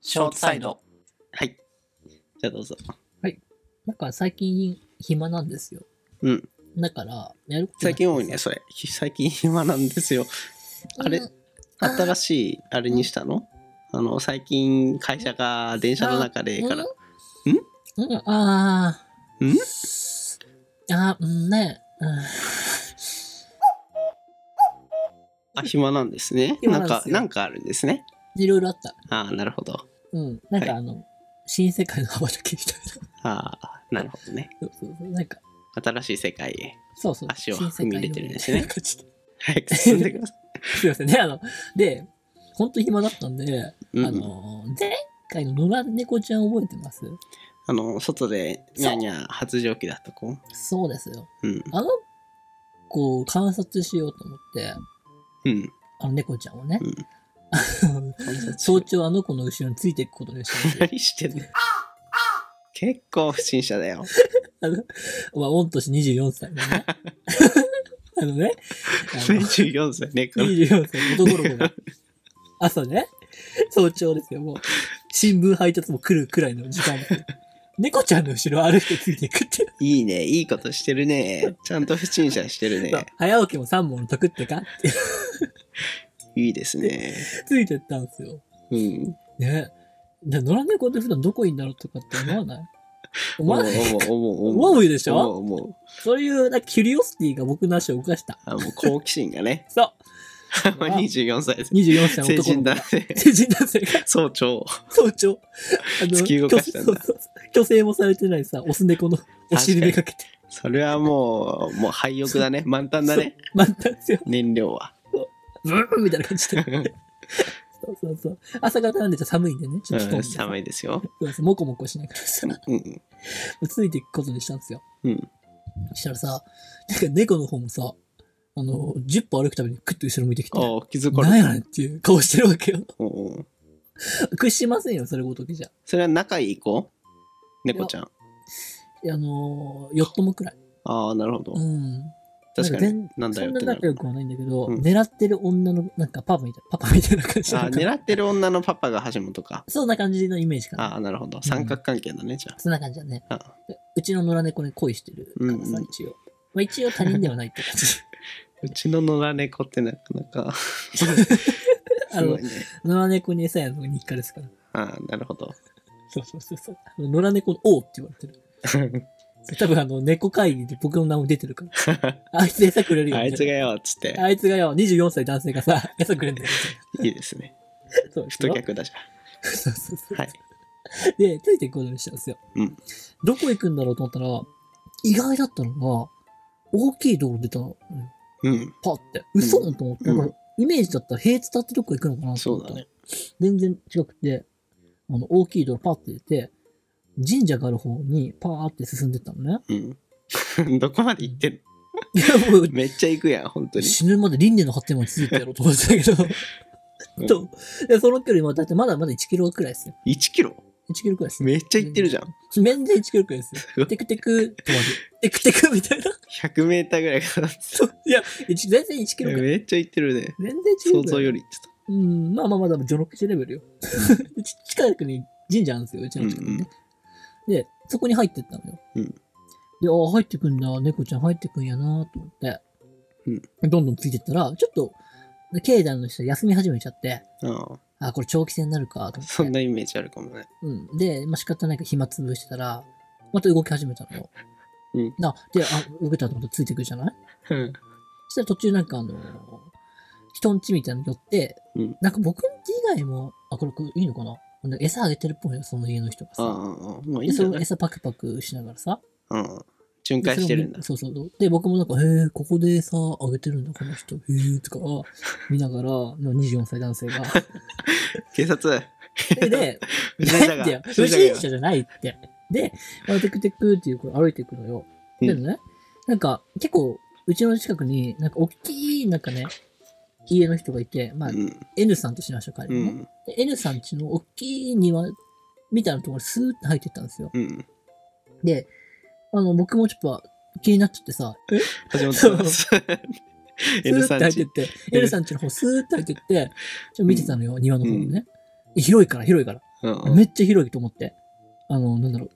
ショートサイド。 はい。じゃあどうぞ。 はい。なんか最近暇なんですよ。 うん。 だからやること最近多いね、それ。最近暇なんですよ。あれ、新しいあれにしたの？最近会社が電車の中でから。暇なんですね。なんかあるんですね。 いろいろあった。 ああ、なるほど。 なんか新世界の羽ばたきみたいな。 ああ、なるほどね。 そうなんか新しい世界へ足を踏み入れてるんですね。 早く進んでください。 すいませんね。で、本当に暇だったんで、前回の野良猫ちゃん覚えてます？ 外でニャーニャー発情期だった子。 そうですよ。 うん。 子を観察しようと思って、猫ちゃんをね、早朝あの子の後ろについていくことにして何してんの？結構不審者だよ。 御年24歳のね。 24歳猫。 24歳男の子が朝ね、早朝ですよ。もう新聞配達も来るくらいの時間で猫ちゃんの後ろを歩いてついていくっていう。 いいね、いいことしてるね。ちゃんと不審者してるね。 早起きも3問得ってかっていいですね。 ついてったんですよ。ね。野良猫って普段どこいんだろうとかって思わない？思うでしょ？ 思う。 そういうキュリオシティが僕の足を動かした。 もう好奇心がね。 そう。 24歳です。 24歳の男の子。成人男性が。 早朝。 突き動かしたんだ。虚勢もされてないさ、オス猫のお尻めかけて。 それはもう廃屋だね。満タンだね。 満タンですよ。 燃料は。 ブーンみたいな感じで。そう。朝方なんで寒いんでね。 寒いですよ。 もこもこしながらさ。ついていくことにしたんですよ。そしたらさ、猫の方もさ、10歩歩くたびにクッと後ろ向いてきて、 気づかれ何やねんっていう顔してるわけよ。屈しませんよ、それごときじゃ。 それは仲いい子？猫ちゃん。 よっともくらい。 ああ、なるほど。確かに。 そんな仲良くはないんだけど、狙ってる女の、パパみたいな感じ。 狙ってる女のパパが橋本か。 そんな感じのイメージかな。 ああ、なるほど。三角関係だね、じゃあ。 そんな感じだね。うちの野良猫に恋してるからさ、一応。一応他人ではないって感じ。 うちの野良猫ってなかなか野良猫に餌やるのが日課ですから。 ああ、なるほど。 そう。野良猫の王って言われてる。多分猫会議で僕の名前出てるから。あいつ餌くれるよ。 あいつがよ、つって。 あいつがよ、24歳男性がさ、餌くれるんだよ。 いいですね。太客だじゃん。 そう。 はい。 で、ついていくことにしたんですよ。どこ行くんだろうと思ったら、意外だったのが、大きい道路出たの。パって。嘘だと思って。イメージだったら平地立ってどこ行くのかなと思ったら。全然違くて、大きい道路パって出て、神社がある方にパーって進んでったのね。どこまで行ってんの？ いやもうめっちゃ行くやん、本当に。 死ぬまで輪廻の発展まで続いてやろうと思ってたけど。その距離だってまだ1キロくらいですよ。 1キロ ？1キロくらいです。 めっちゃ行ってるじゃん。 全然1キロくらいですよ。テクテク、止まる。テクテクみたいな。 100メーターぐらいかな。 いや、全然1キロくらい。 めっちゃ行ってるね。 全然違う。 想像よりって言ってた。まあ、でも序の口レベルよ。近くに神社あるんですよ、うちの近くにね。で、そこに入ってったのよ。で、入ってくんだ、猫ちゃん入ってくんやなと思って、どんどんついてったら、ちょっと、境内の人休み始めちゃって、これ長期戦になるかと思って。 そんなイメージあるかもね。 で、仕方ないから暇つぶしてたら、また動き始めたのよ。で、動けたと思ってついてくるじゃない？そしたら途中人ん家みたいなの寄って、僕ん家以外も、これいいのかな？餌あげてるっぽいよ、その家の人がさ。で、その餌パクパクしながらさ。 巡回してるんだ。 そう。で、僕もここで餌あげてるんだ、この人。とか見ながら、24歳男性が。 警察。 で、なんだよ。不審者じゃないって。で、テクテクっていう歩いていくのよ。でね、結構、うちの近くに、大きい、家の人がいて、N さんとしましょう、彼はね。N さん家の大きい庭みたいなところにスーッと入っていったんですよ。で、僕もちょっと気になっちゃってさ、 始まった。 スーッと入ってって、N さん家の方スーッと入ってって、見てたのよ、庭の方ね。広いから。 うん。 めっちゃ広いと思って。なんだろう。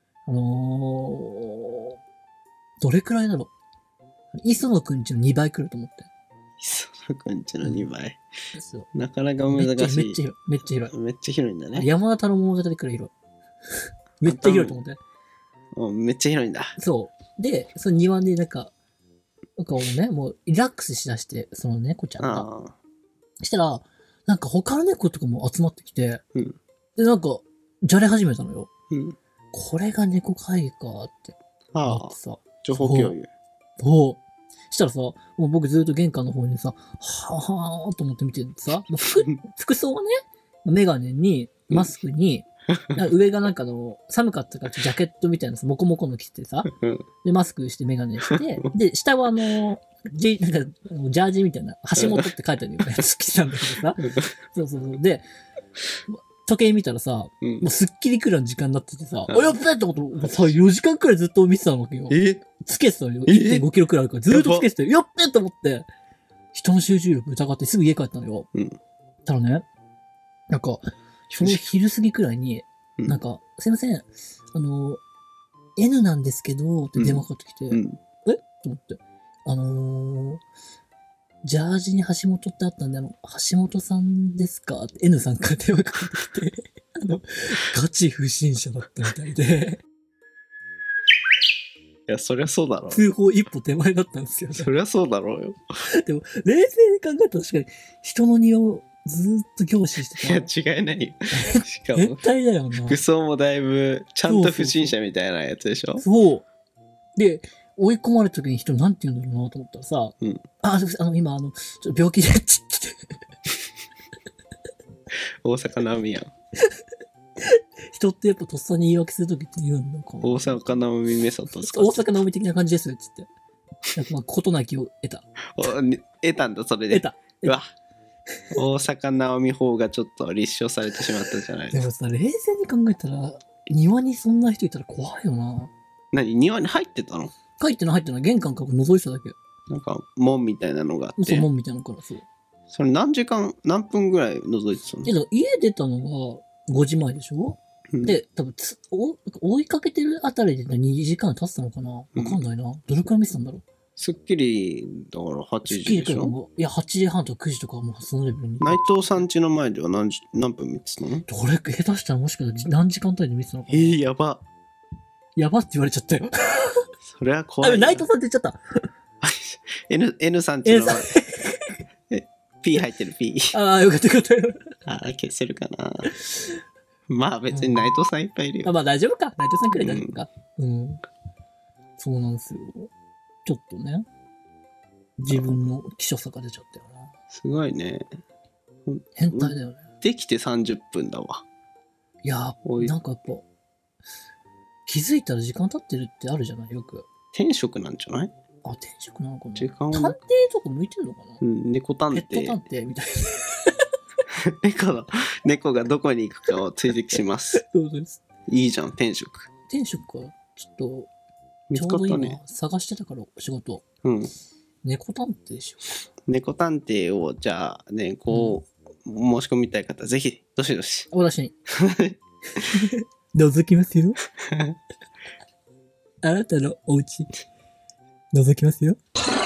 どれくらいだろう。磯野くんちの2倍くらいと思って。 磯野くんちの2倍。 そう。 なかなか難しい。 めっちゃ広い。めっちゃ広い。 めっちゃ広いんだね。 山田太郎物語くらい広い。めっちゃ広いと思って。 めっちゃ広いんだ。 そう。で、その庭でなんかもうね、もうリラックスしだして、その猫ちゃんが。したら、なんか他の猫とかも集まってきて、 うん、 で、なんか、じゃれ始めたのよ。 うん、 これが猫会議かって。 ああ。情報共有。 そう。したらさ、もう僕ずっと玄関の方にさ、はぁーと思って見ててさ、もう服装はね、メガネに、マスクに、上がなんか寒かったからジャケットみたいなさ、モコモコの着てさ、で、マスクしてメガネして、で、下はなんかジャージみたいな、橋本って書いてあるようなやつ着てたんだけどさ、そうそうそう。で、時計見たらさ、もうすっきりくらいの時間になっててさ、やっべえってこと、さ、4時間くらいずっと見てたわけよ。つけてたのよ。1.5 キロくらいあるから、ずっとつけてたよ。やっべえと思って、人の集中力疑ってすぐ家帰ったのよ。ただね、なんか、その昼過ぎくらいに、なんか、すいません、N なんですけど、って電話かかってきて、えと思って、ジャージに橋本ってあったんで、橋本さんですかって N さんから電話かかってきて、ガチ不審者だったみたいで。 いや、そりゃそうだろう。 通報一歩手前だったんですよ、ね。 そりゃそうだろうよ。 でも、冷静に考えたら確かに、人の庭をずーっと凝視してた。いや、違いないよ。しかも、 絶対だよな。 服装もだいぶ、ちゃんと不審者みたいなやつでしょ。 そう。で、追い込まれた時に人なんて言うんだろうなと思ったらさ、今、ちょっと病気でって言って。 大阪なおみやん。 人ってやっぱとっさに言い訳するときって言うんだか。 大阪なおみメソッドですか。 大阪なおみ的な感じですよ、つって。なんか事なきを得た。 得たんだ、それで。 得た。 うわ。大阪なおみ法がちょっと立証されてしまったじゃないですか。 でもさ、冷静に考えたら、庭にそんな人いたら怖いよな。 何、庭に入ってたの？ 入ってない。玄関から覗いてただけ。 なんか門みたいなのがあって。 そう、門みたいなのからそう。 それ何分ぐらい覗いてたの？ 家出たのが5時前でしょ、で、多分追いかけてるあたりで2時間経ってたのかな、わかんないな。どれくらい見てたんだろう。 スッキリだから8時でしょ。 いや、8時半とか9時とかはもうそのレベルに。 内藤さん家の前では何分見てたの？ どれ下手したらもしかしたら何時間帯で見てたのかな。 やば。 やばって言われちゃったよ。 それは怖い。 内藤さんって言っちゃった。 N さん家の前。P 入ってる P。 ああ、よかったよかった。 消せるかな。まあ別に内藤さんいっぱいいるよ。 まあ大丈夫か。内藤さんくらい大丈夫か。そうなんですよ。ちょっとね。自分の希少さが出ちゃったよな。 すごいね。 変態だよね。 できて30分だわ。 いや、なんかやっぱ、気づいたら時間経ってるってあるじゃない、よく。 転職なんじゃない？ 転職なのかな。 時間探偵とか向いてるのかな。 猫探偵。 ペット探偵みたいな。猫がどこに行くかを追跡します。 そうです。 いいじゃん、転職か。 ちょっと、 見つかったね。 探してたから、仕事。猫探偵しよう。猫探偵を、じゃあね、申し込みたい方、ぜひ、どしどし。 私に。覗きますよ。あなたのお家、覗きますよ。